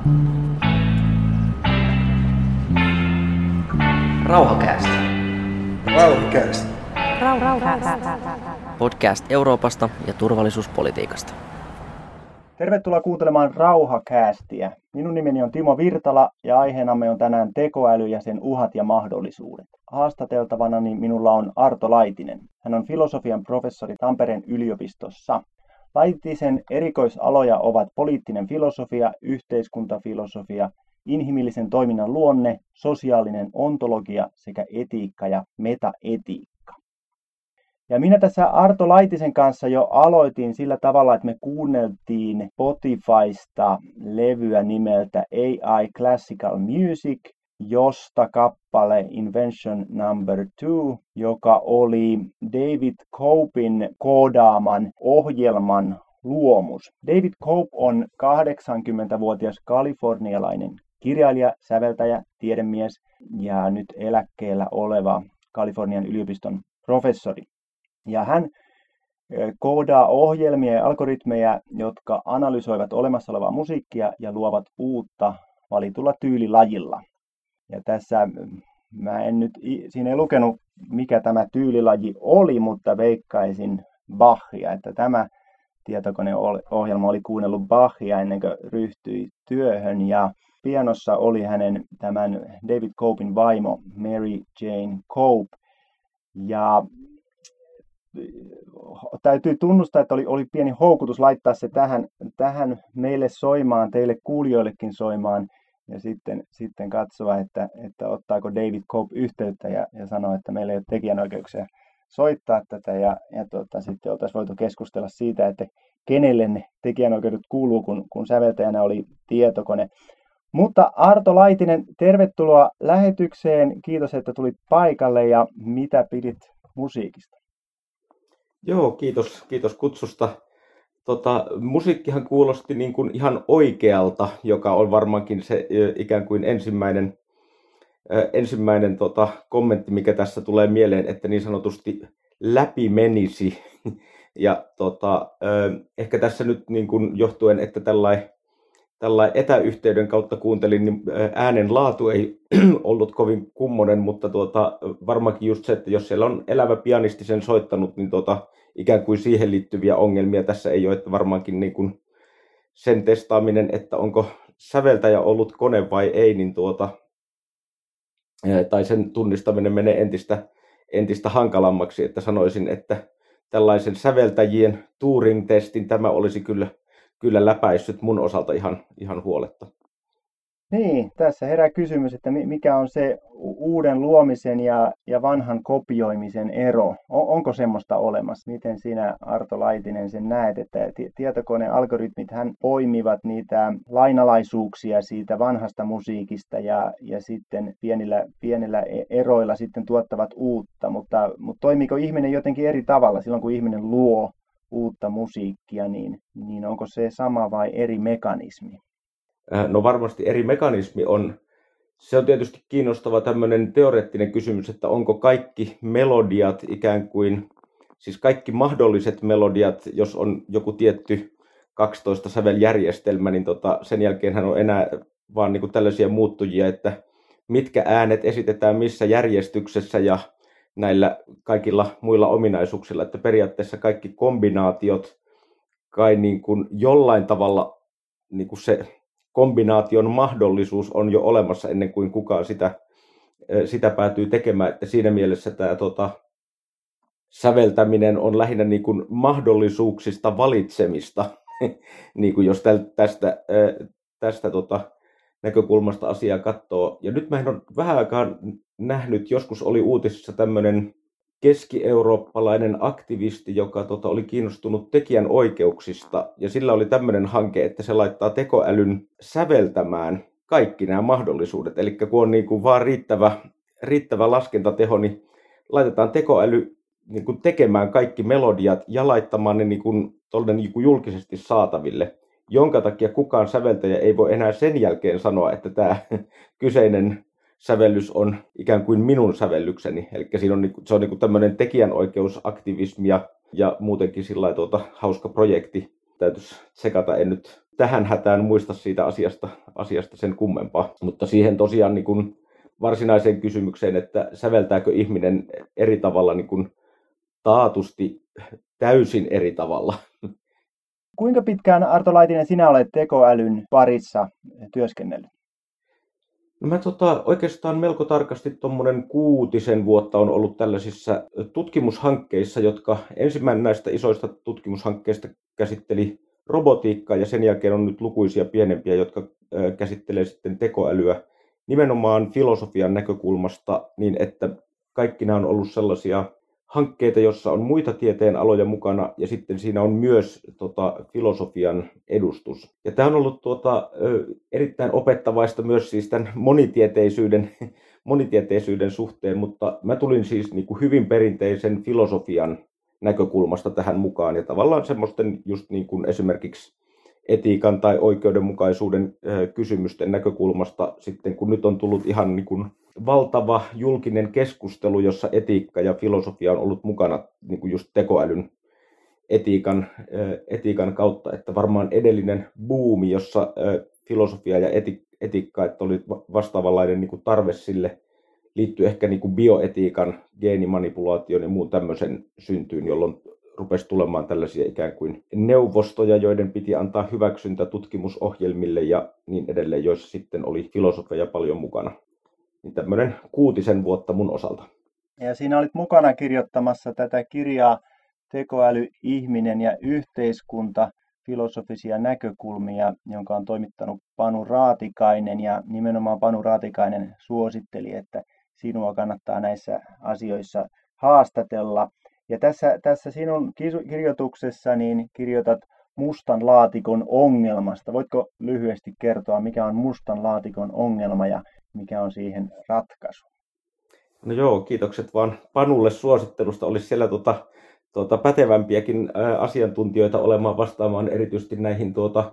Rauhakäästä. Rauhakäästä. Podcast Euroopasta ja turvallisuuspolitiikasta. Tervetuloa kuuntelemaan Rauhakäästiä. Minun nimeni on Timo Virtala ja aiheenamme on tänään tekoäly ja sen uhat ja mahdollisuudet. Haastateltavanani minulla on Arto Laitinen. Hän on filosofian professori Tampereen yliopistossa. Laitisen erikoisaloja ovat poliittinen filosofia, yhteiskuntafilosofia, inhimillisen toiminnan luonne, sosiaalinen ontologia sekä etiikka ja metaetiikka. Ja minä tässä Arto Laitisen kanssa jo aloitin sillä tavalla, että me kuunneltiin Spotifysta levyä nimeltä AI Classical Music, josta kappale Invention Number 2, joka oli David Copen koodaaman ohjelman luomus. David Cope on 80-vuotias kalifornialainen kirjailija, säveltäjä, tiedemies ja nyt eläkkeellä oleva Kalifornian yliopiston professori. Ja hän koodaa ohjelmia ja algoritmeja, jotka analysoivat olemassa olevaa musiikkia ja luovat uutta valitulla tyylilajilla. Ja tässä siinä ei lukenut, mikä tämä tyylilaji oli, mutta veikkaisin Bachia, että tämä tietokoneohjelma oli kuunnellut Bachia ennen kuin ryhtyi työhön. Ja pianossa oli hänen tämän David Copen vaimo Mary Jane Cope. Ja täytyy tunnustaa, että oli pieni houkutus laittaa se tähän meille soimaan, teille kuulijoillekin soimaan, ja sitten katsoa, että ottaako David Cope yhteyttä ja sanoa, että meillä ei ole tekijänoikeuksia soittaa tätä, ja sitten oltaisiin voitu keskustella siitä, että kenelle ne tekijänoikeudet kuuluu, kun säveltäjänä oli tietokone. Mutta Arto Laitinen, tervetuloa lähetykseen. Kiitos, että tulit paikalle, ja mitä pidit musiikista? Joo, kiitos kutsusta. Musiikkihan kuulosti niin kuin ihan oikealta, joka on varmaankin se ikään kuin ensimmäinen kommentti, mikä tässä tulee mieleen, että niin sanotusti läpi menisi. Ja ehkä tässä nyt niin kuin johtuen, että tällainen etäyhteyden kautta kuuntelin, niin äänen laatu ei ollut kovin kummonen, mutta varmaankin just se, että jos siellä on elävä pianisti sen soittanut, niin ikään kuin siihen liittyviä ongelmia tässä ei ole, että varmaankin niin kuin sen testaaminen, että onko säveltäjä ollut kone vai ei, niin tai sen tunnistaminen menee entistä hankalammaksi, että sanoisin, että tällaisen säveltäjien Turing-testin tämä olisi kyllä läpäissyt mun osalta ihan huoletta. Niin, tässä herää kysymys, että mikä on se uuden luomisen ja vanhan kopioimisen ero? Onko semmoista olemassa? Miten sinä, Arto Laitinen, sen näet, että tietokonealgoritmit hän poimivat niitä lainalaisuuksia siitä vanhasta musiikista ja sitten pienillä eroilla sitten tuottavat uutta, mutta toimiiko ihminen jotenkin eri tavalla silloin, kun ihminen luo uutta musiikkia, niin onko se sama vai eri mekanismi? No varmasti eri mekanismi on. Se on tietysti kiinnostava tämmöinen teoreettinen kysymys, että onko kaikki melodiat ikään kuin, siis kaikki mahdolliset melodiat, jos on joku tietty 12 säveljärjestelmä, niin sen jälkeenhän on enää vaan niin kuin tällaisia muuttujia, että mitkä äänet esitetään missä järjestyksessä ja näillä kaikilla muilla ominaisuuksilla, että periaatteessa kaikki kombinaatiot kai niin kuin jollain tavalla niin kuin se kombinaation mahdollisuus on jo olemassa ennen kuin kukaan sitä päätyy tekemään, että siinä mielessä tämä säveltäminen on lähinnä niin kuin mahdollisuuksista valitsemista, niin kuin jos tästä näkökulmasta asiaa katsoo. Ja nyt mä en ole vähän aikaa nähnyt, joskus oli uutisissa tämmöinen keski-eurooppalainen aktivisti, joka oli kiinnostunut tekijänoikeuksista, ja sillä oli tämmöinen hanke, että se laittaa tekoälyn säveltämään kaikki nämä mahdollisuudet. Eli kun on niin kuin vaan riittävä laskentateho, niin laitetaan tekoäly niin kuin tekemään kaikki melodiat ja laittamaan ne niin kuin julkisesti saataville, jonka takia kukaan säveltäjä ei voi enää sen jälkeen sanoa, että tämä kyseinen sävellys on ikään kuin minun sävellykseni. Eli se on niin tämmöinen tekijänoikeusaktivismi ja muutenkin sillä hauska projekti. Täytyisi tsekata, en nyt tähän hätään muista siitä asiasta sen kummempaa. Mutta siihen tosiaan niin kuin varsinaiseen kysymykseen, että säveltääkö ihminen eri tavalla, niin kuin taatusti täysin eri tavalla. Kuinka pitkään, Arto Laitinen, sinä olet tekoälyn parissa työskennellyt? No mä oikeastaan melko tarkasti tuommoinen 6 vuotta on ollut tällaisissa tutkimushankkeissa, jotka ensimmäinen näistä isoista tutkimushankkeista käsitteli robotiikkaa ja sen jälkeen on nyt lukuisia pienempiä, jotka käsittelee sitten tekoälyä nimenomaan filosofian näkökulmasta niin, että kaikki nämä on ollut sellaisia hankkeita, joissa on muita tieteenaloja mukana ja sitten siinä on myös filosofian edustus. Ja tämä on ollut erittäin opettavaista myös siis tämän monitieteisyyden suhteen, mutta mä tulin siis niin kuin hyvin perinteisen filosofian näkökulmasta tähän mukaan ja tavallaan semmoisten just niin kuin esimerkiksi etiikan tai oikeudenmukaisuuden kysymysten näkökulmasta sitten, kun nyt on tullut ihan niin kuin valtava julkinen keskustelu, jossa etiikka ja filosofia on ollut mukana niin kuin just tekoälyn etiikan kautta, että varmaan edellinen buumi, jossa filosofia ja etiikka, että oli vastaavanlainen niin kuin tarve sille, liittyy ehkä niin kuin bioetiikan, geenimanipulaation ja muun tämmöisen syntyyn, jolloin rupesi tulemaan tällaisia ikään kuin neuvostoja, joiden piti antaa hyväksyntä tutkimusohjelmille ja niin edelleen, joissa sitten oli filosofia paljon mukana. Niin tämmöinen 6 vuotta mun osalta. Ja siinä olit mukana kirjoittamassa tätä kirjaa Tekoäly, ihminen ja yhteiskunta, filosofisia näkökulmia, jonka on toimittanut Panu Raatikainen. Ja nimenomaan Panu Raatikainen suositteli, että sinua kannattaa näissä asioissa haastatella. Ja tässä sinun kirjoituksessa niin kirjoitat mustan laatikon ongelmasta. Voitko lyhyesti kertoa, mikä on mustan laatikon ongelma ja mikä on siihen ratkaisu? No joo, kiitokset vaan Panulle suosittelusta. Olisi siellä pätevämpiäkin asiantuntijoita olemaan vastaamaan erityisesti näihin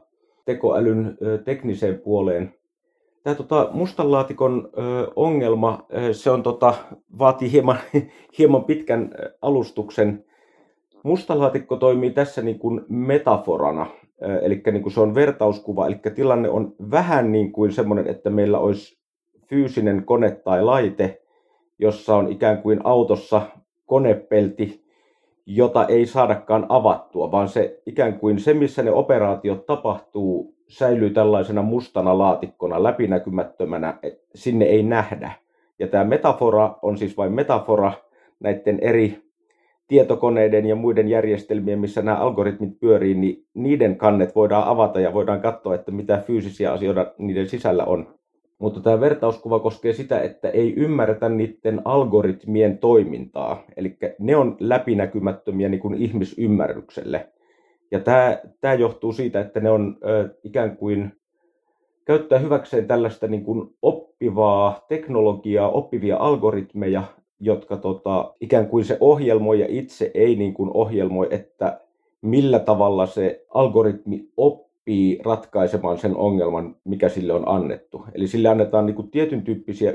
tekoälyn tekniseen puoleen. Tämä mustan laatikon ongelma, se on vaatii hieman pitkän alustuksen. Musta laatikko toimii tässä niin kuin metaforana, eli niin kuin se on vertauskuva, eli tilanne on vähän niin kuin semmoinen, että meillä olisi fyysinen kone tai laite, jossa on ikään kuin autossa konepelti, jota ei saadakaan avattua, vaan se ikään kuin se, missä ne operaatiot tapahtuu, säilyy tällaisena mustana laatikkona, läpinäkymättömänä, sinne ei nähdä. Ja tämä metafora on siis vain metafora näiden eri tietokoneiden ja muiden järjestelmien, missä nämä algoritmit pyörii, niin niiden kannet voidaan avata ja voidaan katsoa, että mitä fyysisiä asioita niiden sisällä on. Mutta tämä vertauskuva koskee sitä, että ei ymmärretä niiden algoritmien toimintaa. Eli ne on läpinäkymättömiä niin kuin ihmisymmärrykselle. Ja tämä johtuu siitä, että ne on ikään kuin käyttää hyväkseen tällaista niin kuin oppivaa teknologiaa, oppivia algoritmeja, jotka ikään kuin se ohjelmoija itse ei niin kuin ohjelmoi, että millä tavalla se algoritmi oppii ratkaisemaan sen ongelman, mikä sille on annettu. Eli sille annetaan niin kuin tietyn tyyppisiä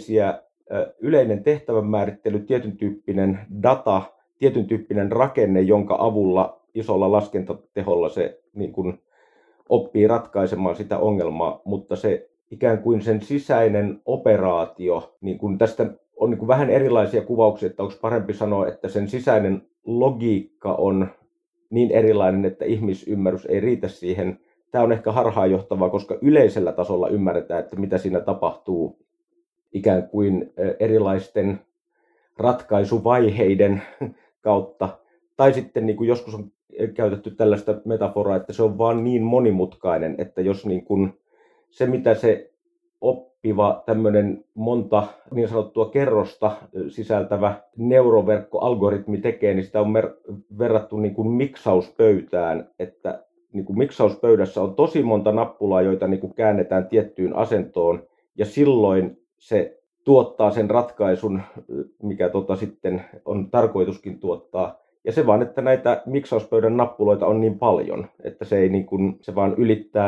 yleinen tehtävän määrittely, tietyn tyyppinen data, tietyn tyyppinen rakenne, jonka avulla isolla laskentateholla se niin kuin oppii ratkaisemaan sitä ongelmaa, mutta se ikään kuin sen sisäinen operaatio, niin kuin tästä on niin kuin vähän erilaisia kuvauksia, että onko parempi sanoa, että sen sisäinen logiikka on niin erilainen, että ihmisymmärrys ei riitä siihen. Tämä on ehkä harhaanjohtavaa, koska yleisellä tasolla ymmärretään, että mitä siinä tapahtuu ikään kuin erilaisten ratkaisuvaiheiden kautta. Tai sitten niin kuin joskus on käytetty tällaista metaforaa, että se on vaan niin monimutkainen, että jos niin kuin se, mitä se oppiva tämmöinen monta niin sanottua kerrosta sisältävä neuroverkkoalgoritmi tekee, niin sitä on verrattu niin kuin miksauspöytään, että niin kuin miksauspöydässä on tosi monta nappulaa, joita niin kuin käännetään tiettyyn asentoon, ja silloin se tuottaa sen ratkaisun, mikä sitten on tarkoituskin tuottaa. Ja se vaan, että näitä miksauspöydän nappuloita on niin paljon, että se ei niin kuin, se vaan ylittää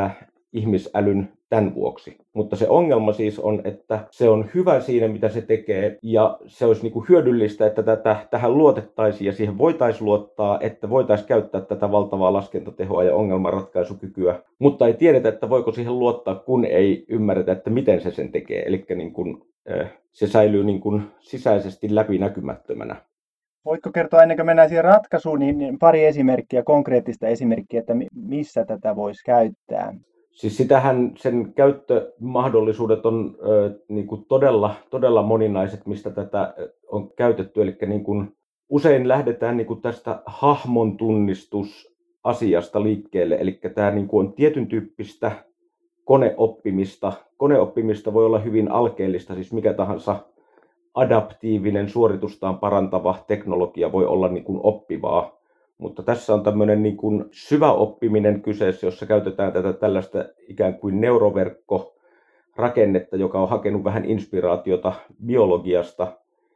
ihmisälyn tämän vuoksi. Mutta se ongelma siis on, että se on hyvä siinä, mitä se tekee, ja se olisi niin kuin hyödyllistä, että tähän luotettaisiin ja siihen voitaisiin luottaa, että voitaisiin käyttää tätä valtavaa laskentatehoa ja ongelmanratkaisukykyä, mutta ei tiedetä, että voiko siihen luottaa, kun ei ymmärretä, että miten se sen tekee. Eli niin kuin, se säilyy niin kuin sisäisesti läpinäkymättömänä. Voitko kertoa ennen kuin mennään siihen ratkaisuun, niin pari esimerkkiä, konkreettista esimerkkiä, että missä tätä voisi käyttää? Siis sitähän sen käyttömahdollisuudet on niin kuin todella moninaiset, mistä tätä on käytetty. Eli niin kuin usein lähdetään niin kuin tästä hahmon tunnistusasiasta liikkeelle. Eli tämä niin kuin on tietyn tyyppistä koneoppimista. Koneoppimista voi olla hyvin alkeellista, siis mikä tahansa adaptiivinen, suoritustaan parantava teknologia voi olla niin kuin oppivaa. Mutta tässä on tämmöinen niin kuin syvä oppiminen kyseessä, jossa käytetään tätä tällaista ikään kuin neuroverkkorakennetta, joka on hakenut vähän inspiraatiota biologiasta.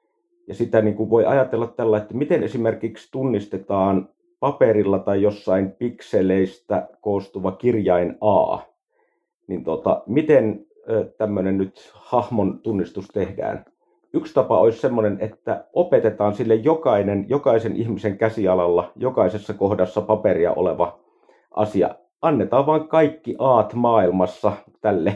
Ja sitä niin kuin voi ajatella tällä, että miten esimerkiksi tunnistetaan paperilla tai jossain pikseleistä koostuva kirjain A. Niin miten tämmöinen nyt hahmon tunnistus tehdään? Yksi tapa olisi semmoinen, että opetetaan sille jokaisen ihmisen käsialalla, jokaisessa kohdassa paperia oleva asia. Annetaan vain kaikki A:t maailmassa tälle,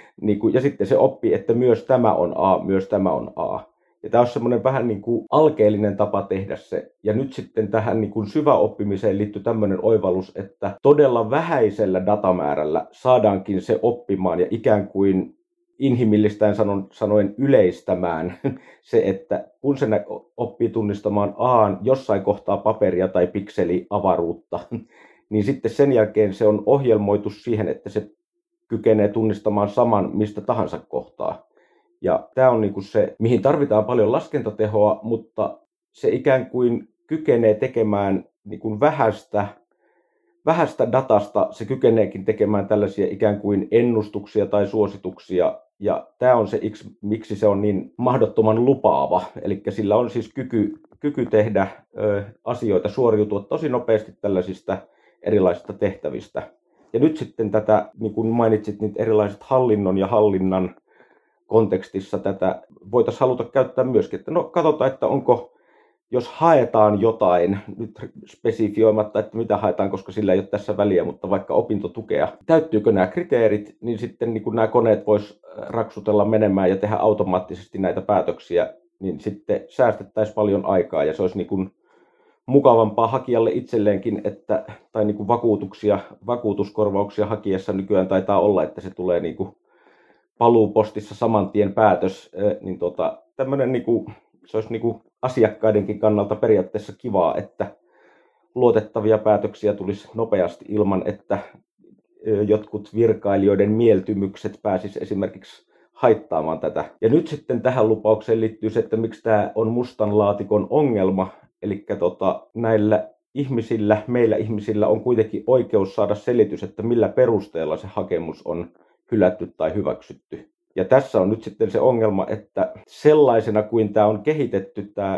ja sitten se oppii, että myös tämä on A, myös tämä on A. Ja tämä on semmoinen vähän niin kuin alkeellinen tapa tehdä se. Ja nyt sitten tähän niin kuin syväoppimiseen liittyy tämmöinen oivallus, että todella vähäisellä datamäärällä saadaankin se oppimaan ja ikään kuin inhimillistäen sanoen yleistämään se, että kun se oppii tunnistamaan A:n jossain kohtaa paperia tai pikseliavaruutta, niin sitten sen jälkeen se on ohjelmoitu siihen, että se kykenee tunnistamaan saman mistä tahansa kohtaa. Ja tämä on niinku se, mihin tarvitaan paljon laskentatehoa, mutta se ikään kuin kykenee tekemään niinku vähästä datasta, se kykeneekin tekemään tällaisia ikään kuin ennustuksia tai suosituksia. Ja tämä on se, miksi se on niin mahdottoman lupaava. Eli sillä on siis kyky tehdä asioita, suoriutua tosi nopeasti tällaisista erilaisista tehtävistä. Ja nyt sitten tätä, niin kuin mainitsit, niitä erilaiset hallinnon ja hallinnan kontekstissa tätä voitaisiin haluta käyttää myöskin. Että no katsotaan, että jos haetaan jotain, nyt spesifioimatta, että mitä haetaan, koska sillä ei ole tässä väliä, mutta vaikka opintotukea, täyttyykö nämä kriteerit, niin sitten niin kun nämä koneet vois raksutella menemään ja tehdä automaattisesti näitä päätöksiä, niin sitten säästettäisiin paljon aikaa ja se olisi niin kuin mukavampaa hakijalle itselleenkin, tai niin kuin vakuutuskorvauksia hakiessa nykyään taitaa olla, että se tulee niin kuin paluupostissa saman tien päätös, niin tämmöinen niin kuin, se olisi niin kuin asiakkaidenkin kannalta periaatteessa kivaa, että luotettavia päätöksiä tulisi nopeasti ilman, että jotkut virkailijoiden mieltymykset pääsisi esimerkiksi haittaamaan tätä. Ja nyt sitten tähän lupaukseen liittyy se, että miksi tämä on mustan laatikon ongelma. Eli meillä ihmisillä on kuitenkin oikeus saada selitys, että millä perusteella se hakemus on hylätty tai hyväksytty. Ja tässä on nyt sitten se ongelma, että sellaisena kuin tämä on kehitetty, tämä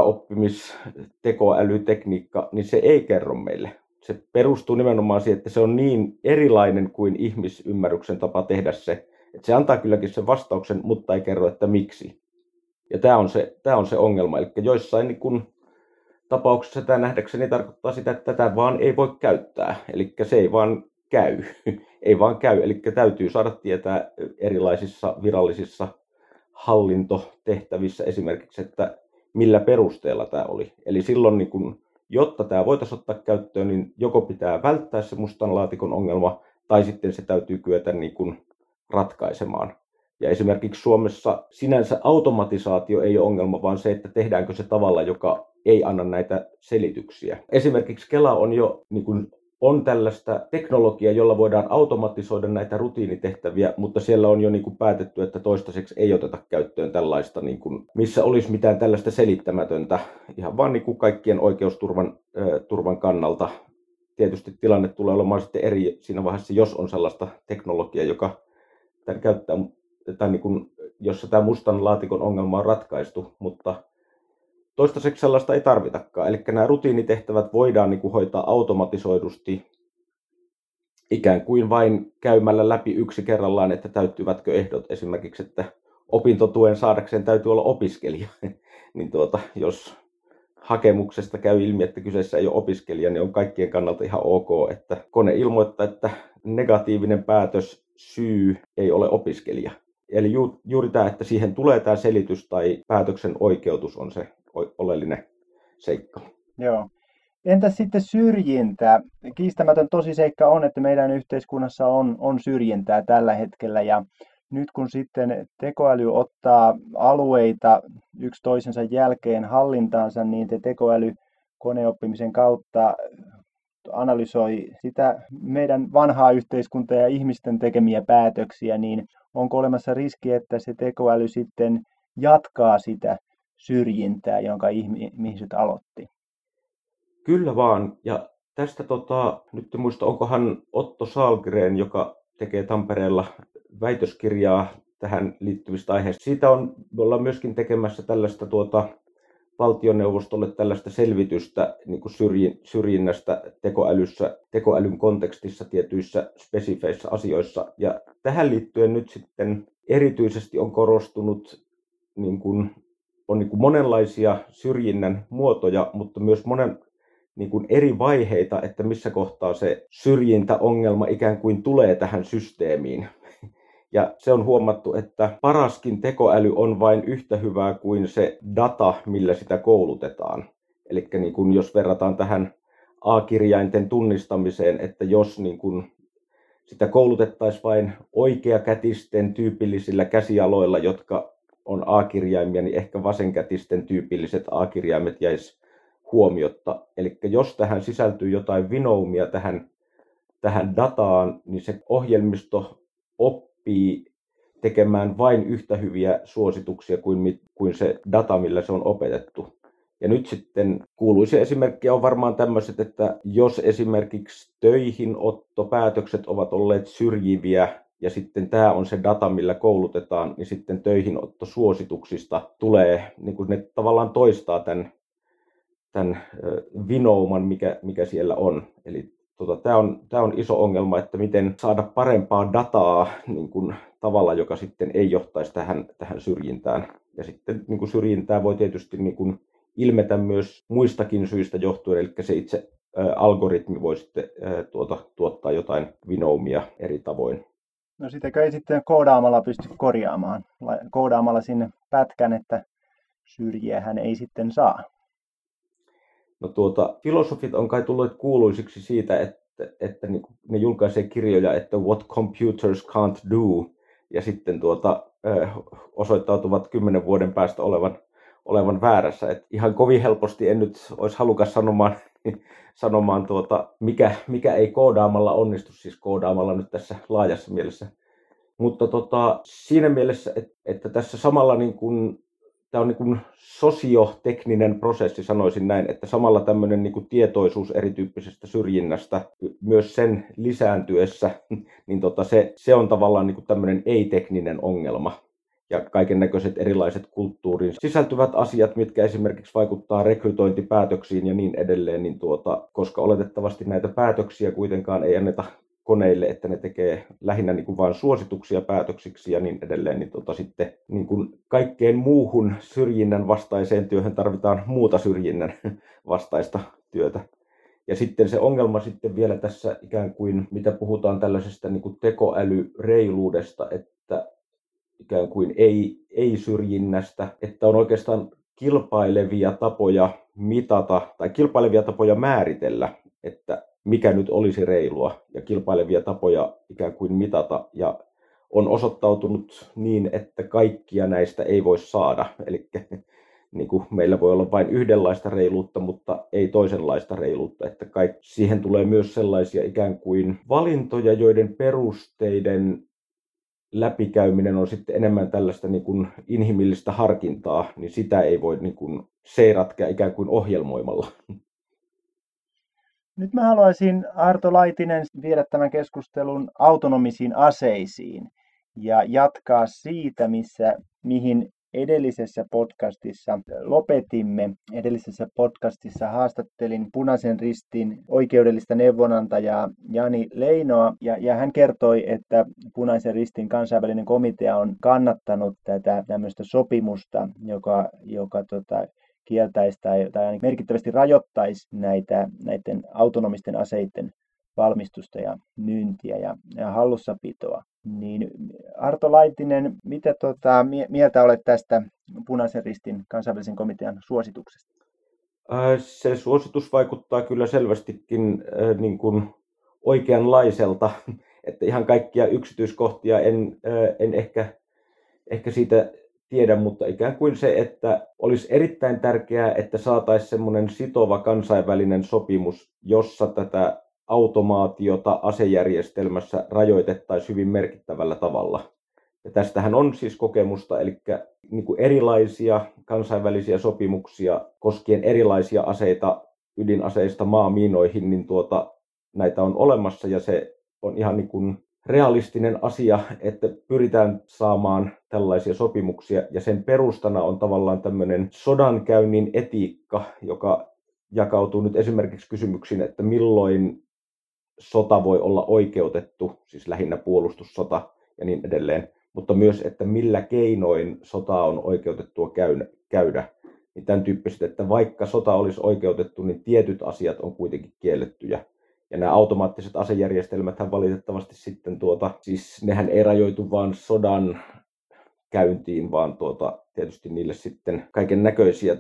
syväoppimistekoälytekniikka, niin se ei kerro meille. Se perustuu nimenomaan siihen, että se on niin erilainen kuin ihmisymmärryksen tapa tehdä se, että se antaa kylläkin sen vastauksen, mutta ei kerro, että miksi. Ja tämä on se ongelma. Eli joissain niin kun tapauksessa tämä nähdäkseni tarkoittaa sitä, että tätä vaan ei voi käyttää. Eli se ei vaan käy. Ei vaan käy. Eli täytyy saada tietää erilaisissa virallisissa hallintotehtävissä esimerkiksi, että millä perusteella tämä oli. Eli silloin, niin kun, jotta tämä voitaisiin ottaa käyttöön, niin joko pitää välttää se mustan laatikon ongelma, tai sitten se täytyy kyetä niin kun ratkaisemaan. Ja esimerkiksi Suomessa sinänsä automatisaatio ei ole ongelma, vaan se, että tehdäänkö se tavalla, joka ei anna näitä selityksiä. Esimerkiksi Kela on jo on tällaista teknologiaa, jolla voidaan automatisoida näitä rutiinitehtäviä, mutta siellä on jo päätetty, että toistaiseksi ei oteta käyttöön tällaista, missä olisi mitään tällaista selittämätöntä, ihan vaan kaikkien oikeusturvan kannalta. Tietysti tilanne tulee olemaan sitten eri siinä vaiheessa, jos on sellaista teknologiaa, joka tämän käyttää, tai jossa tämä mustan laatikon ongelma on ratkaistu, mutta toistaiseksi sellaista ei tarvitakaan. Eli nämä rutiinitehtävät voidaan hoitaa automatisoidusti ikään kuin vain käymällä läpi yksi kerrallaan, että täyttyvätkö ehdot esimerkiksi, että opintotuen saadakseen täytyy olla opiskelija. Niin jos hakemuksesta käy ilmi, että kyseessä ei ole opiskelija, niin on kaikkien kannalta ihan ok, että kone ilmoittaa, että negatiivinen päätös syy ei ole opiskelija. Eli juuri tämä, että siihen tulee tämä selitys tai päätöksen oikeutus on se oleellinen seikka. Joo. Entäs sitten syrjintä? Kiistämätön tosiseikka on, että meidän yhteiskunnassa on syrjintää tällä hetkellä ja nyt kun sitten tekoäly ottaa alueita yksi toisensa jälkeen hallintaansa, niin tekoäly koneoppimisen kautta analysoi sitä meidän vanhaa yhteiskuntaa ja ihmisten tekemiä päätöksiä, niin onko olemassa riski, että se tekoäly sitten jatkaa sitä syrjintää, jonka ihmiset aloitti? Kyllä vaan. Ja tästä nyt en muista, onkohan Otto Saalgren, joka tekee Tampereella väitöskirjaa tähän liittyvistä aiheista. Siitä me ollaan myöskin tekemässä tällaista valtioneuvostolle tällaista selvitystä niin kuin syrjinnästä tekoälyn kontekstissa tietyissä spesifeissä asioissa. Ja tähän liittyen nyt sitten erityisesti on korostunut on monenlaisia syrjinnän muotoja, mutta myös monen eri vaiheita, että missä kohtaa se syrjintäongelma ikään kuin tulee tähän systeemiin. Ja se on huomattu, että paraskin tekoäly on vain yhtä hyvää kuin se data, millä sitä koulutetaan. Eli jos verrataan tähän A-kirjainten tunnistamiseen, että jos sitä koulutettaisiin vain oikeakätisten tyypillisillä käsialoilla, jotka on A-kirjaimia, niin ehkä vasenkätisten tyypilliset A-kirjaimet jäisi huomiotta. Eli jos tähän sisältyy jotain vinoumia tähän dataan, niin se ohjelmisto oppii tekemään vain yhtä hyviä suosituksia kuin se data, millä se on opetettu. Ja nyt sitten kuuluisia esimerkkejä on varmaan tämmöiset, että jos esimerkiksi töihinottopäätökset ovat olleet syrjiviä, ja sitten tämä on se data, millä koulutetaan, niin sitten töihinottosuosituksista tulee, niin kuin ne tavallaan toistaa tämän vinouman, mikä siellä on. Eli tämä on iso ongelma, että miten saada parempaa dataa tavalla, joka sitten ei johtaisi tähän syrjintään. Ja sitten syrjintää voi tietysti ilmetä myös muistakin syistä johtuen, eli se itse algoritmi voi sitten tuottaa jotain vinoumia eri tavoin. No sitäkö ei sitten koodaamalla pysty korjaamaan? Koodaamalla sinne pätkän, että syrjiä hän ei sitten saa. No filosofit on kai tulleet kuuluisiksi siitä, että ne julkaisee kirjoja, että what computers can't do, ja sitten osoittautuvat 10 vuoden päästä olevan väärässä. Et ihan kovin helposti en nyt olisi halukas sanomaan mikä ei koodaamalla onnistu, siis koodaamalla nyt tässä laajassa mielessä. Mutta siinä mielessä, että tässä samalla tämä on sosiotekninen prosessi, sanoisin näin, että samalla tämmöinen tietoisuus erityyppisestä syrjinnästä myös sen lisääntyessä, niin se on tavallaan tämmöinen ei-tekninen ongelma. Ja kaiken näköiset erilaiset kulttuuriin sisältyvät asiat, mitkä esimerkiksi vaikuttaa rekrytointipäätöksiin ja niin edelleen, niin koska oletettavasti näitä päätöksiä kuitenkaan ei anneta koneille, että ne tekee lähinnä vain suosituksia päätöksiksi ja niin edelleen, niin sitten kaikkeen muuhun syrjinnän vastaiseen työhön tarvitaan muuta syrjinnän vastaista työtä. Ja sitten se ongelma sitten vielä tässä ikään kuin, mitä puhutaan tällaisesta tekoälyreiluudesta, että ikään kuin ei-syrjinnästä, että on oikeastaan kilpailevia tapoja mitata tai kilpailevia tapoja määritellä, että mikä nyt olisi reilua, ja kilpailevia tapoja ikään kuin mitata, ja on osoittautunut niin, että kaikkia näistä ei voi saada. Eli meillä voi olla vain yhdenlaista reiluutta, mutta ei toisenlaista reiluutta. Että siihen tulee myös sellaisia ikään kuin valintoja, joiden perusteiden läpikäyminen on sitten enemmän tällaista inhimillistä harkintaa, niin sitä ei voi se ei ratkea ikään kuin ohjelmoimalla. Nyt mä haluaisin, Arto Laitinen, viedä tämän keskustelun autonomisiin aseisiin ja jatkaa siitä, mihin edellisessä podcastissa lopetimme. Edellisessä podcastissa haastattelin Punaisen Ristin oikeudellista neuvonantajaa Jani Leinoa ja hän kertoi, että Punaisen Ristin kansainvälinen komitea on kannattanut tätä tämmöistä sopimusta, joka kieltäisi tai merkittävästi rajoittaisi näiden autonomisten aseiden valmistusta ja myyntiä ja hallussapitoa. Niin Arto Laitinen, mitä mieltä olet tästä Punaisen Ristin kansainvälisen komitean suosituksesta? Se suositus vaikuttaa kyllä selvästikin niin kuin oikeanlaiselta, että ihan kaikkia yksityiskohtia en ehkä siitä tiedä, mutta ikään kuin se, että olisi erittäin tärkeää, että saataisiin semmoinen sitova kansainvälinen sopimus, jossa tätä automaatiota asejärjestelmässä rajoitettaisiin hyvin merkittävällä tavalla. Ja tästähän on siis kokemusta, eli niin kuin erilaisia kansainvälisiä sopimuksia koskien erilaisia aseita, ydinaseista maamiinoihin, niin näitä on olemassa ja se on ihan niin kuin realistinen asia, että pyritään saamaan tällaisia sopimuksia ja sen perustana on tavallaan tämmöinen sodankäynnin etiikka, joka jakautuu nyt esimerkiksi kysymyksiin, että milloin sota voi olla oikeutettu, siis lähinnä puolustussota ja niin edelleen, mutta myös, että millä keinoin sotaa on oikeutettua käydä. Niin tämän tyyppiset, että vaikka sota olisi oikeutettu, niin tietyt asiat on kuitenkin kiellettyjä. Ja nämä automaattiset asejärjestelmäthän valitettavasti sitten siis nehän ei rajoitu vaan sodan käyntiin, vaan tietysti niille sitten kaiken näköisiä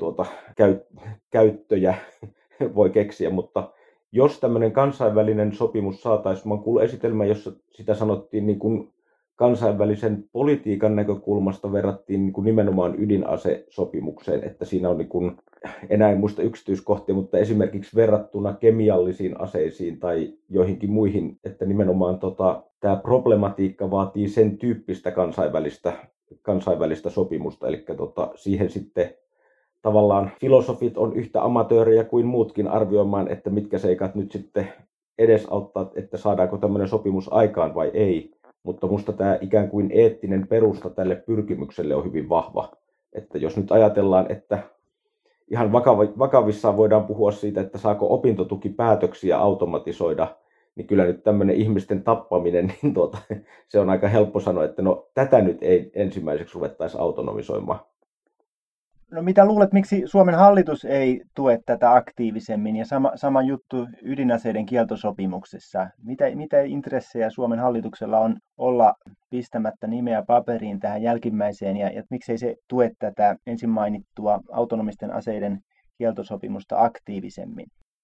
käyttöjä voi keksiä, mutta jos tämmöinen kansainvälinen sopimus saataisiin, mä oon kuullut esitelmä, jossa sitä sanottiin niin kuin kansainvälisen politiikan näkökulmasta verrattiin niin kuin nimenomaan ydinasesopimukseen, että siinä on niin kuin, enää en muista yksityiskohtia, mutta esimerkiksi verrattuna kemiallisiin aseisiin tai joihinkin muihin, että nimenomaan tämä problematiikka vaatii sen tyyppistä kansainvälistä sopimusta, eli siihen sitten tavallaan filosofit on yhtä amatöörejä kuin muutkin arvioimaan, että mitkä seikat nyt sitten edesauttaa, että saadaanko tämmöinen sopimus aikaan vai ei. Mutta musta tämä ikään kuin eettinen perusta tälle pyrkimykselle on hyvin vahva. Että jos nyt ajatellaan, että ihan vakavissaan voidaan puhua siitä, että saako opintotukipäätöksiä automatisoida, niin kyllä nyt tämmöinen ihmisten tappaminen, niin se on aika helppo sanoa, että no tätä nyt ei ensimmäiseksi ruvettaisi autonomisoimaan. No mitä luulet, miksi Suomen hallitus ei tue tätä aktiivisemmin ja sama juttu ydinaseiden kieltosopimuksessa? Mitä intressejä Suomen hallituksella on olla pistämättä nimeä paperiin tähän jälkimmäiseen ja miksei se tue tätä ensin mainittua autonomisten aseiden kieltosopimusta aktiivisemmin?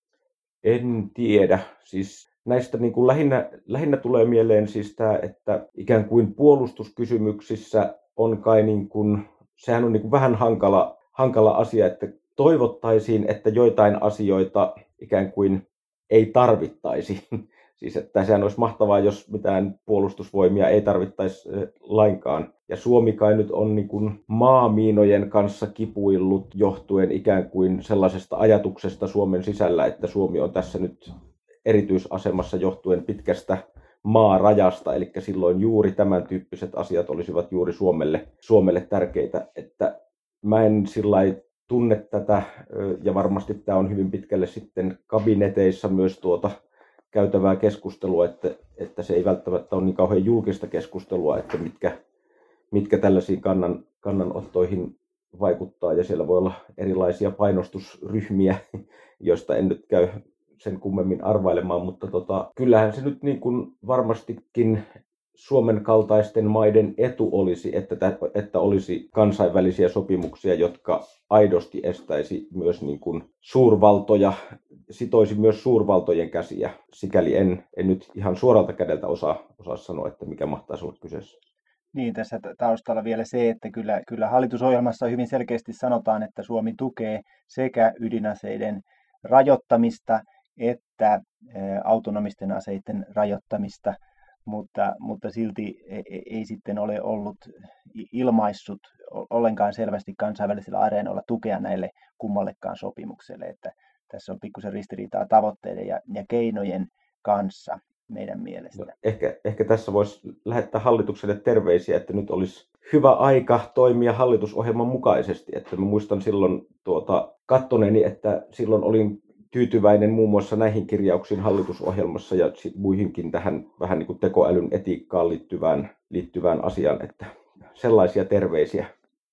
En tiedä. Siis näistä niin kuin lähinnä tulee mieleen siis tämä, että ikään kuin puolustuskysymyksissä on kai niin kuin, sehän on niin kuin vähän hankala asia, että toivottaisiin, että joitain asioita ikään kuin ei tarvittaisi. Siis että sehän olisi mahtavaa, jos mitään puolustusvoimia ei tarvittaisi lainkaan. Ja Suomi kai nyt on niin kuin maamiinojen kanssa kipuillut johtuen ikään kuin sellaisesta ajatuksesta Suomen sisällä, että Suomi on tässä nyt erityisasemassa johtuen pitkästä maarajasta, eli silloin juuri tämän tyyppiset asiat olisivat juuri Suomelle tärkeitä, että mä en sillai tunne tätä, ja varmasti tämä on hyvin pitkälle sitten kabineteissa myös käytävää keskustelua, että se ei välttämättä ole niin kauhean julkista keskustelua, että mitkä tällaisiin kannanottoihin vaikuttaa, ja siellä voi olla erilaisia painostusryhmiä, joista en nyt käy sen kummemmin arvailemaan, mutta kyllähän se nyt niin kuin varmastikin Suomen kaltaisten maiden etu olisi, että olisi kansainvälisiä sopimuksia, jotka aidosti estäisi myös niin kuin suurvaltoja, sitoisi myös suurvaltojen käsiä. Sikäli en nyt ihan suoralta kädeltä osaa sanoa, että mikä mahtaisi olla kyseessä. Niin, tässä taustalla vielä se, että kyllä hallitusohjelmassa hyvin selkeästi sanotaan, että Suomi tukee sekä ydinaseiden rajoittamista että autonomisten aseiden rajoittamista, mutta silti ei sitten ole ollut ilmaissut ollenkaan selvästi kansainvälisellä areenoilla tukea näille kummallekaan sopimukselle, että tässä on pikkusen ristiriitaa tavoitteiden ja keinojen kanssa meidän mielestä. No, ehkä tässä voisi lähettää hallitukselle terveisiä, että nyt olisi hyvä aika toimia hallitusohjelman mukaisesti. Että mä muistan silloin kattoneeni, että silloin olin tyytyväinen muun muassa näihin kirjauksiin hallitusohjelmassa ja muihinkin tähän vähän niin kuin tekoälyn etiikkaan liittyvään asiaan, että sellaisia terveisiä.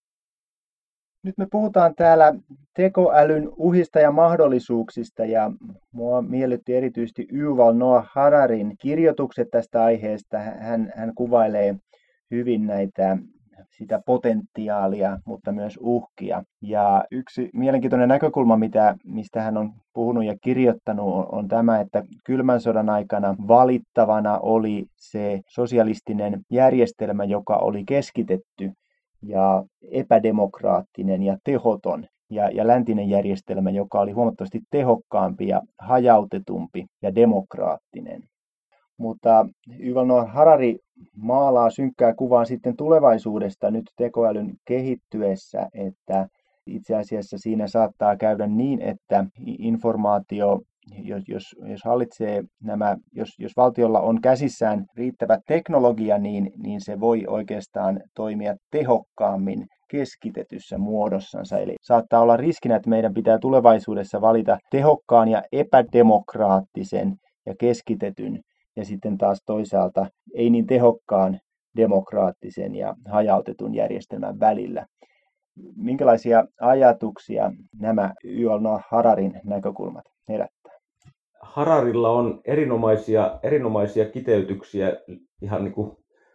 Nyt me puhutaan täällä tekoälyn uhista ja mahdollisuuksista ja mua miellytti erityisesti Yuval Noah Hararin kirjoitukset tästä aiheesta. Hän kuvailee hyvin sitä potentiaalia, mutta myös uhkia. Ja yksi mielenkiintoinen näkökulma, mistä hän on puhunut ja kirjoittanut, on tämä, että kylmän sodan aikana valittavana oli se sosialistinen järjestelmä, joka oli keskitetty ja epädemokraattinen ja tehoton, ja läntinen järjestelmä, joka oli huomattavasti tehokkaampi ja hajautetumpi ja demokraattinen. Mutta Yuval Noah Harari maalaa synkkää kuvaa sitten tulevaisuudesta nyt tekoälyn kehittyessä, että itse asiassa siinä saattaa käydä niin, että informaatio, jos hallitsee jos valtiolla on käsissään riittävä teknologia, niin se voi oikeastaan toimia tehokkaammin keskitetyssä muodossansa. Eli saattaa olla riskinä, että meidän pitää tulevaisuudessa valita tehokkaan ja epädemokraattisen ja keskitetyn, ja sitten taas toisaalta ei niin tehokkaan, demokraattisen ja hajautetun järjestelmän välillä. Minkälaisia ajatuksia nämä Yuval Noah Hararin näkökulmat herättää? Hararilla on erinomaisia kiteytyksiä ihan niin kuin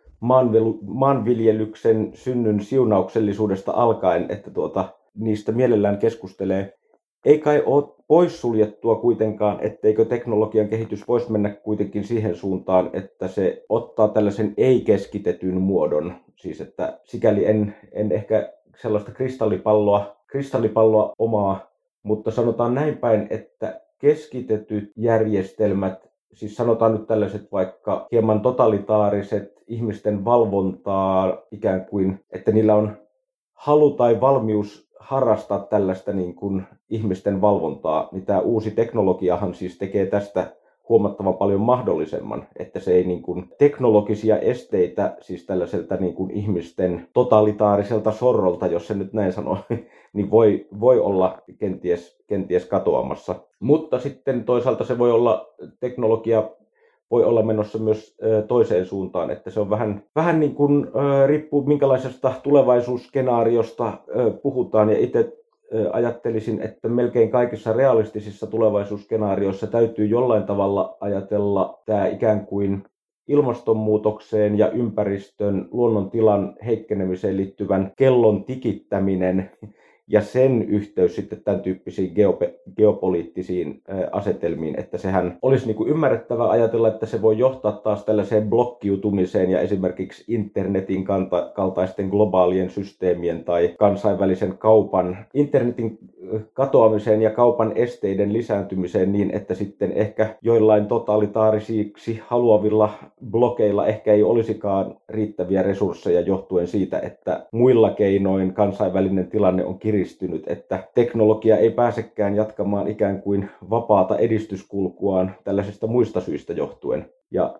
maanviljelyksen synnyn siunauksellisuudesta alkaen, että niistä mielellään keskustelee. Ei kai ole poissuljettua kuitenkaan, etteikö teknologian kehitys voisi mennä kuitenkin siihen suuntaan, että se ottaa tällaisen ei-keskitetyn muodon. Siis että sikäli en ehkä sellaista kristallipalloa omaa, mutta sanotaan näin päin, että keskitetyt järjestelmät, siis sanotaan nyt tällaiset vaikka hieman totalitaariset ihmisten valvontaa ikään kuin, että niillä on halu tai valmius harrastaa tällaista niin kuin ihmisten valvontaa, niin tämä uusi teknologiahan siis tekee tästä huomattavan paljon mahdollisemman, että se ei niin kuin teknologisia esteitä, siis tällaiselta niin kuin ihmisten totalitaariselta sorrolta, jos se nyt näin sanoo, niin voi olla kenties katoamassa. Mutta sitten toisaalta teknologia voi olla menossa myös toiseen suuntaan, että se on vähän niin kuin riippuu minkälaisesta tulevaisuusskenaariosta puhutaan, ja itse ajattelisin, että melkein kaikissa realistisissa tulevaisuusskenaarioissa täytyy jollain tavalla ajatella tämä ikään kuin ilmastonmuutokseen ja ympäristön luonnontilan heikkenemiseen liittyvän kellon tikittäminen ja sen yhteys sitten tämän tyyppisiin geopoliittisiin asetelmiin, että sehän olisi niin kuin ymmärrettävää ajatella, että se voi johtaa taas tällaiseen blokkiutumiseen ja esimerkiksi internetin kaltaisten globaalien systeemien tai kansainvälisen internetin katoamiseen ja kaupan esteiden lisääntymiseen niin, että sitten ehkä joillain totalitaarisiksi haluavilla blokeilla ehkä ei olisikaan riittäviä resursseja johtuen siitä, että muilla keinoin kansainvälinen tilanne on kiristynyt, että teknologia ei pääsekään jatkamaan ikään kuin vapaata edistyskulkuaan tällaisista muista syistä johtuen. Ja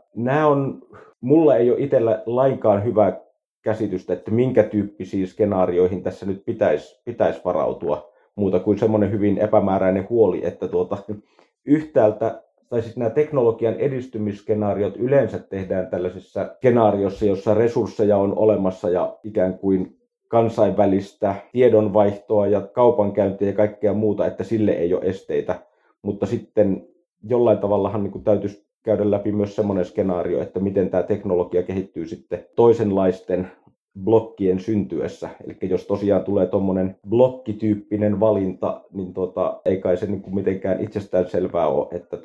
mulla ei ole itsellä lainkaan hyvää käsitystä, että minkä tyyppisiin skenaarioihin tässä nyt pitäisi varautua, muuta kuin semmoinen hyvin epämääräinen huoli, että yhtäältä, tai siis nämä teknologian edistymisskenaariot yleensä tehdään tällaisessa skenaariossa, jossa resursseja on olemassa ja ikään kuin kansainvälistä tiedonvaihtoa ja kaupankäyntiä ja kaikkea muuta, että sille ei ole esteitä. Mutta sitten jollain tavallahan niin kuin täytyisi käydä läpi myös semmoinen skenaario, että miten tämä teknologia kehittyy sitten toisenlaisten blokkien syntyessä. Eli jos tosiaan tulee tuommoinen blokkityyppinen valinta, niin ei kai se niin kuin mitenkään itsestäänselvää ole, että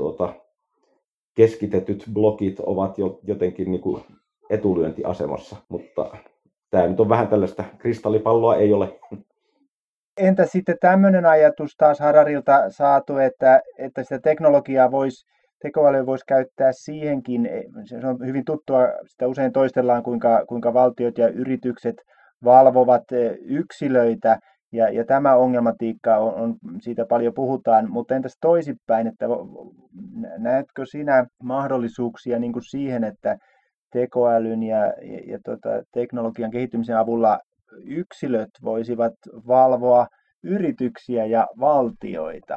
keskitetyt blokit ovat jotenkin niin kuin etulyöntiasemassa, mutta tämä nyt on vähän tällaista, kristallipalloa ei ole. Entä sitten tämmöinen ajatus taas Hararilta saatu, että sitä tekoälyä voisi käyttää siihenkin, se on hyvin tuttua, sitä usein toistellaan, kuinka valtiot ja yritykset valvovat yksilöitä, ja tämä ongelmatiikka siitä paljon puhutaan, mutta entäs toisinpäin, että näetkö sinä mahdollisuuksia niin kuin siihen, että tekoälyn ja teknologian kehittymisen avulla yksilöt voisivat valvoa yrityksiä ja valtioita.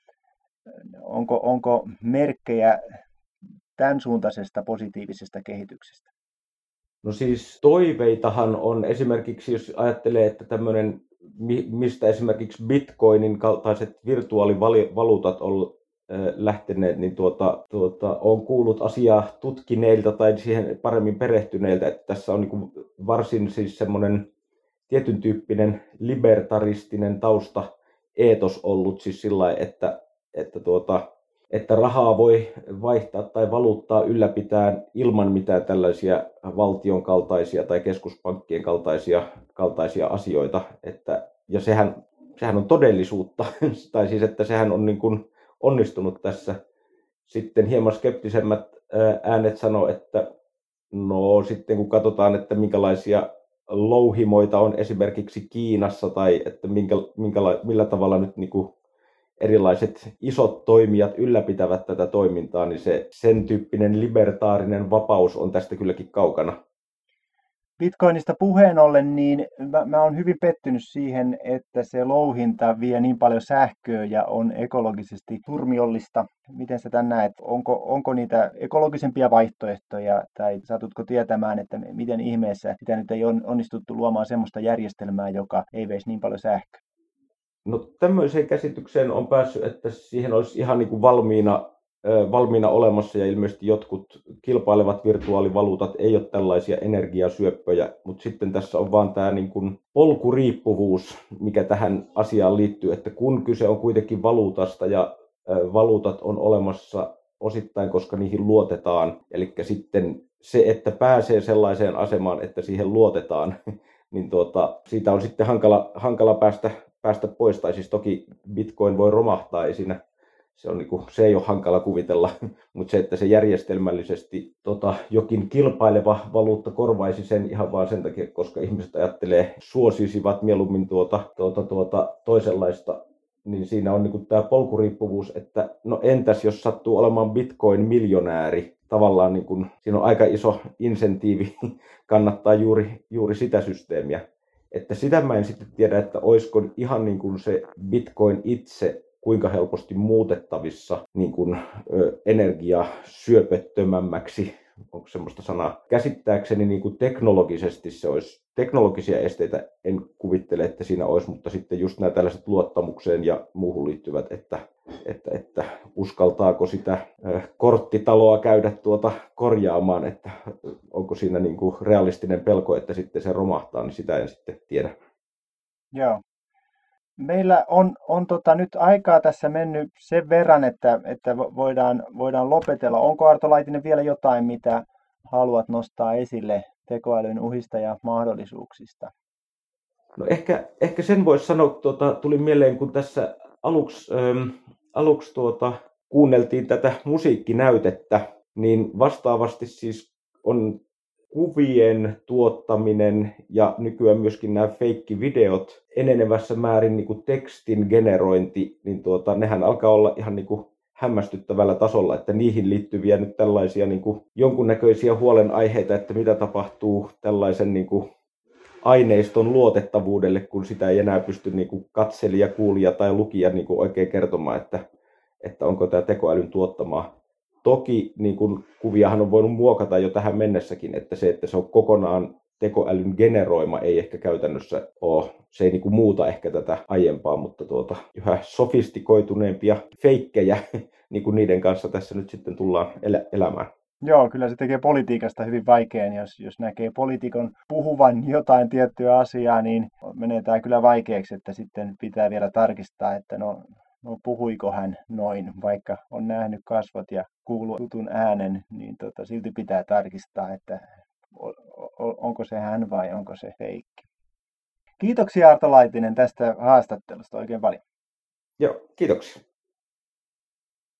Onko merkkejä tämän suuntaisesta positiivisesta kehityksestä? No siis toiveitahan on esimerkiksi, jos ajattelee, että tämmöinen, mistä esimerkiksi Bitcoinin kaltaiset virtuaalivaluutat on lähteneet, niin on kuullut asiaa tutkineilta tai siihen paremmin perehtyneiltä, että tässä on niin varsin siis semmoinen tietyn tyyppinen libertaristinen taustaeetos ollut siis sillä lailla, että rahaa voi vaihtaa tai valuuttaa ylläpitää ilman mitään tällaisia valtion kaltaisia tai keskuspankkien kaltaisia asioita. Ja sehän on todellisuutta, tai siis että sehän on niin kuin onnistunut tässä. Sitten hieman skeptisemmät äänet sanoo, että no sitten kun katsotaan, että minkälaisia louhimoita on esimerkiksi Kiinassa tai että millä tavalla nyt niin kuin erilaiset isot toimijat ylläpitävät tätä toimintaa, niin sen tyyppinen libertaarinen vapaus on tästä kylläkin kaukana. Bitcoinista puheen ollen, niin mä oon hyvin pettynyt siihen, että se louhinta vie niin paljon sähköä ja on ekologisesti turmiollista. Miten sä tän näet? Onko niitä ekologisempia vaihtoehtoja tai satutko tietämään, että miten ihmeessä sitä nyt ei onnistuttu luomaan semmoista järjestelmää, joka ei veisi niin paljon sähköä? No tämmöiseen käsitykseen on päässyt, että siihen olisi ihan niin kuin valmiina olemassa ja ilmeisesti jotkut kilpailevat virtuaalivaluutat ei ole tällaisia energiasyöppöjä, mutta sitten tässä on vaan tämä niin kuin polkuriippuvuus, mikä tähän asiaan liittyy, että kun kyse on kuitenkin valuutasta ja valuutat on olemassa osittain, koska niihin luotetaan, eli sitten se, että pääsee sellaiseen asemaan, että siihen luotetaan, niin siitä on sitten hankala päästä pois, tai siis toki Bitcoin voi romahtaa, ei siinä, se ei ole hankala kuvitella, mutta se, että se järjestelmällisesti jokin kilpaileva valuutta korvaisi sen ihan vaan sen takia, koska ihmiset suosisivat mieluummin toisenlaista, niin siinä on niin tämä polkuriippuvuus, että no entäs jos sattuu olemaan Bitcoin-miljonääri, tavallaan niin kuin, siinä on aika iso insentiivi kannattaa juuri sitä systeemiä. Että sitä mä en sitten tiedä, että olisiko ihan niin kuin se Bitcoin itse kuinka helposti muutettavissa niin kuin energiasyöpöttömämmäksi, onko semmoista sanaa. Käsittääkseni niin kuin teknologisesti se olisi, teknologisia esteitä en kuvittele, että siinä olisi, mutta sitten just nämä tällaiset luottamukseen ja muuhun liittyvät, että uskaltaako sitä korttitaloa käydä korjaamaan, että onko siinä niin kuin realistinen pelko, että sitten se romahtaa, niin sitä en sitten tiedä. Joo. Meillä on nyt aikaa tässä mennyt sen verran, että voidaan lopetella. Onko Arto Laitinen vielä jotain, mitä haluat nostaa esille tekoälyn uhista ja mahdollisuuksista? No ehkä sen voisi sanoa, tuli mieleen, kun tässä aluksi kuunneltiin tätä musiikkinäytettä, niin vastaavasti siis on kuvien tuottaminen ja nykyään myöskin nämä feikkivideot enenevässä määrin niin kuin tekstin generointi, niin nehän alkaa olla ihan niin kuin hämmästyttävällä tasolla, että niihin liittyviä nyt tällaisia niin kuin jonkunnäköisiä huolenaiheita, että mitä tapahtuu tällaisen niin kuin aineiston luotettavuudelle, kun sitä ei enää pysty niin kuin katselija, kuulija tai lukija niin kuin oikein kertomaan, että onko tämä tekoälyn tuottamaa. Toki niin kuin kuviahan on voinut muokata jo tähän mennessäkin, että se on kokonaan tekoälyn generoima, ei ehkä käytännössä ole, se ei niin kuin muuta ehkä tätä aiempaa, mutta yhä sofistikoituneempia feikkejä, niin kuin niiden kanssa tässä nyt sitten tullaan elämään. Joo, kyllä se tekee politiikasta hyvin vaikean, jos näkee poliitikon puhuvan jotain tiettyä asiaa, niin menee tämä kyllä vaikeaksi, että sitten pitää vielä tarkistaa, että no puhuiko hän noin, vaikka on nähnyt kasvot ja kuullut tutun äänen, niin silti pitää tarkistaa, että onko se hän vai onko se feikki. Kiitoksia Arto Laitinen tästä haastattelusta oikein paljon. Joo, kiitoksia.